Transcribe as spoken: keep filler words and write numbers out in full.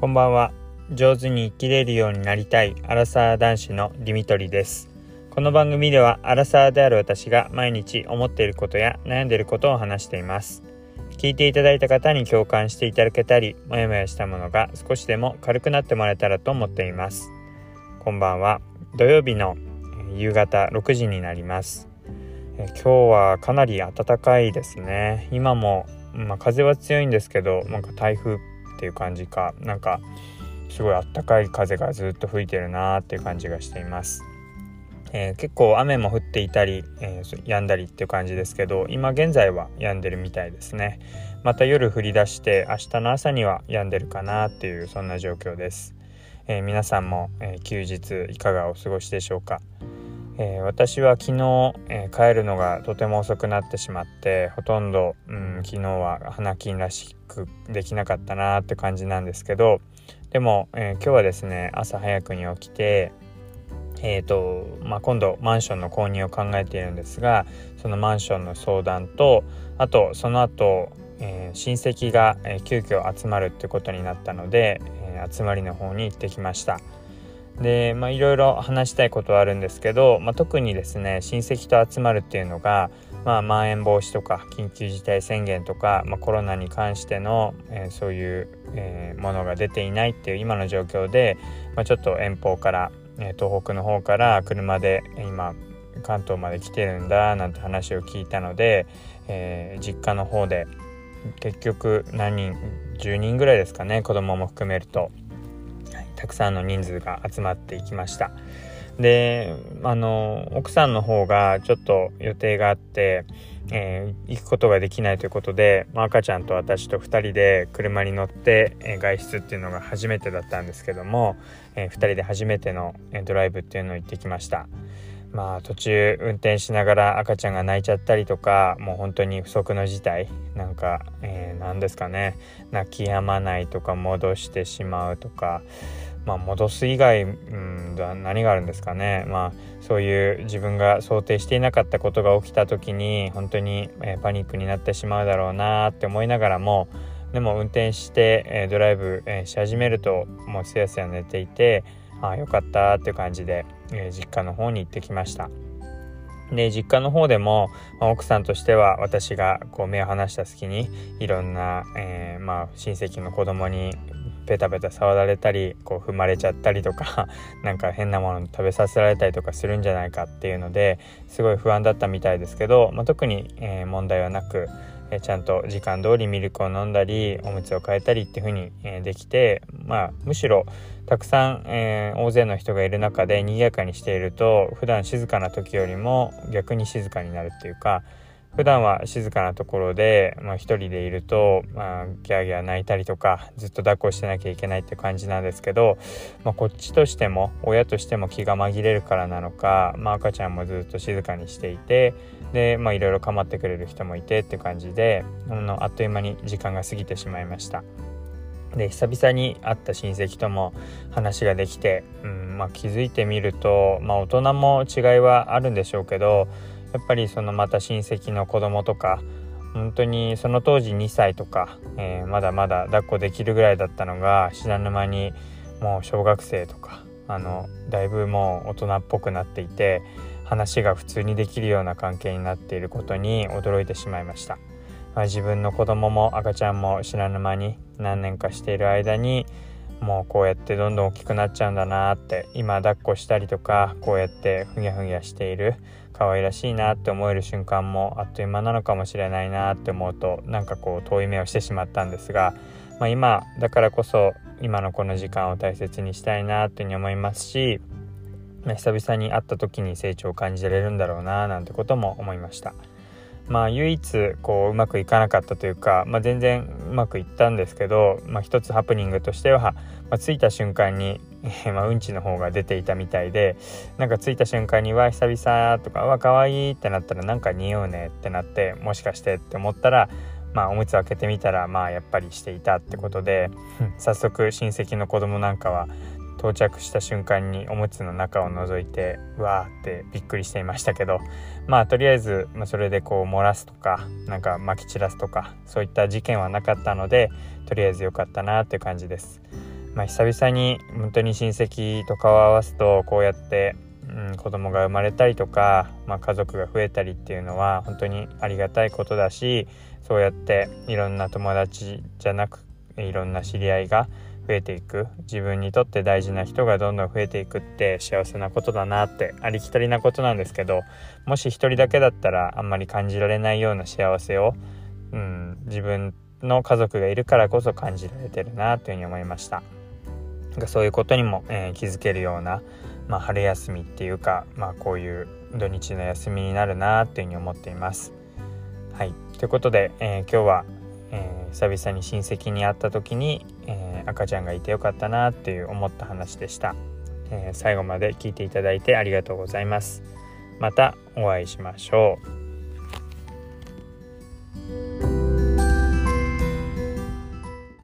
こんばんは。上手に生きれるようになりたいアラサー男子のディミトリです。この番組ではアラサーである私が毎日思っていることや悩んでいることを話しています。聞いていただいた方に共感していただけたり、もやもやしたものが少しでも軽くなってもらえたらと思っています。こんばんは。土曜日の夕方ろくじになります。え今日はかなり暖かいですね。今も、まあ、風は強いんですけど、なんか台風っていう感じか、なんかすごい暖かい風がずっと吹いてるなっていう感じがしています。えー、結構雨も降っていたり、えー、止んだりっていう感じですけど、今現在は止んでるみたいですね。また夜降り出して明日の朝には止んでるかなっていう、そんな状況です。えー、皆さんも、えー、休日いかがお過ごしでしょうか。えー、私は昨日、えー、帰るのがとても遅くなってしまって、ほとんど、うん、昨日は花金らしくできなかったなって感じなんですけど、でも、えー、今日はですね、朝早くに起きて、えーとまあ、今度マンションの購入を考えているんですが、そのマンションの相談と、あとその後、えー、親戚が、えー、急遽集まるってことになったので、えー、集まりの方に行ってきました。で、まあいろいろ話したいことはあるんですけど、まあ、特にですね、親戚と集まるっていうのが、まあ、まん延防止とか緊急事態宣言とか、まあ、コロナに関しての、えー、そういう、えー、ものが出ていないっていう今の状況で、まあ、ちょっと遠方から、えー、東北の方から車で今関東まで来てるんだなんて話を聞いたので、えー、実家の方で結局何人じゅうにんぐらいですかね、子供も含めるとたくさんの人数が集まっていきました。で、あの奥さんの方がちょっと予定があって、えー、行くことができないということで、まあ、赤ちゃんと私とふたりで車に乗って、えー、外出っていうのが初めてだったんですけども、えー、ふたりで初めての、えー、ドライブっていうのを行ってきました。まあ途中運転しながら赤ちゃんが泣いちゃったりとか、もう本当に不測の事態、なんか、えー、何ですかね、泣き止まないとか戻してしまうとか、まあ戻す以外、うん、何があるんですかね。まあそういう自分が想定していなかったことが起きた時に本当に、えー、パニックになってしまうだろうなって思いながらも、でも運転して、えー、ドライブ、えー、し始めるともうすやすや寝ていて、ああよかったっていう感じで、えー、実家の方に行ってきました。で、実家の方でも、まあ、奥さんとしては私がこう目を離した隙にいろんな、えー、まあ親戚の子供にペタペタ触られたり、こう踏まれちゃったりとかなんか変なもの食べさせられたりとかするんじゃないかっていうのですごい不安だったみたいですけど、まあ、特に、えー、問題はなく、えー、ちゃんと時間通りミルクを飲んだりおむつを替えたりっていう風に、えー、できて、まあむしろたくさん、えー、大勢の人がいる中で賑やかにしていると、普段静かな時よりも逆に静かになるっていうか、普段は静かなところで、まあ、一人でいると、まあ、ギャーギャー泣いたりとかずっと抱っこしてなきゃいけないって感じなんですけど、まあ、こっちとしても親としても気が紛れるからなのか、まあ、赤ちゃんもずっと静かにしていて、で、まあ、いろいろ構ってくれる人もいてって感じで、あのあっという間に時間が過ぎてしまいました。で、久々に会った親戚とも話ができて、うんまあ、気づいてみると、まあ、大人も違いはあるんでしょうけど、やっぱりそのまた親戚の子供とか、本当にその当時にさいとか、えー、まだまだ抱っこできるぐらいだったのが知らぬ間にもう小学生とか、あのだいぶもう大人っぽくなっていて、話が普通にできるような関係になっていることに驚いてしまいました。まあ、自分の子供も赤ちゃんも知らぬ間に何年かしている間にもうこうやってどんどん大きくなっちゃうんだなって、今抱っこしたりとかこうやってふにゃふにゃしている可愛らしいなって思える瞬間もあっという間なのかもしれないなって思うと、なんかこう遠い目をしてしまったんですが、まあ、今だからこそ今のこの時間を大切にしたいなっていうふうに思いますし、まあ、久々に会った時に成長を感じられるんだろうななんてことも思いました。まあ唯一こううまくいかなかったというか、まあ、全然うまくいったんですけど、まあ、一つハプニングとしては、まあ、着いた瞬間に、えーまあ、うんちの方が出ていたみたいで、なんか着いた瞬間にわ久々とかわ可愛いってなったらなんか匂うねってなって、もしかしてって思ったら、まあおむつ開けてみたらまあやっぱりしていたってことで早速親戚の子供なんかは到着した瞬間におむつの中を覗いてうわーってびっくりしていましたけど、まあとりあえず、まあ、それでこう漏らすとかなんか撒き散らすとかそういった事件はなかったので、とりあえず良かったなっていう感じです。 まあ、久々に本当に親戚と顔を合わすとこうやって、うん、子供が生まれたりとか、まあ、家族が増えたりっていうのは本当にありがたいことだし、そうやっていろんな友達じゃなくいろんな知り合いが増えていく、自分にとって大事な人がどんどん増えていくって幸せなことだなって、ありきたりなことなんですけど、もし一人だけだったらあんまり感じられないような幸せを、うん、自分の家族がいるからこそ感じられてるなというふうに思いました。そういうことにも、えー、気づけるような、まあ、春休みっていうか、まあ、こういう土日の休みになるなというふうに思っています。はい、ということで、えー、今日は、えー、久々に親戚に会った時に、えー、赤ちゃんがいてよかったなっていう思った話でした。えー、最後まで聞いていただいてありがとうございます。またお会いしましょう。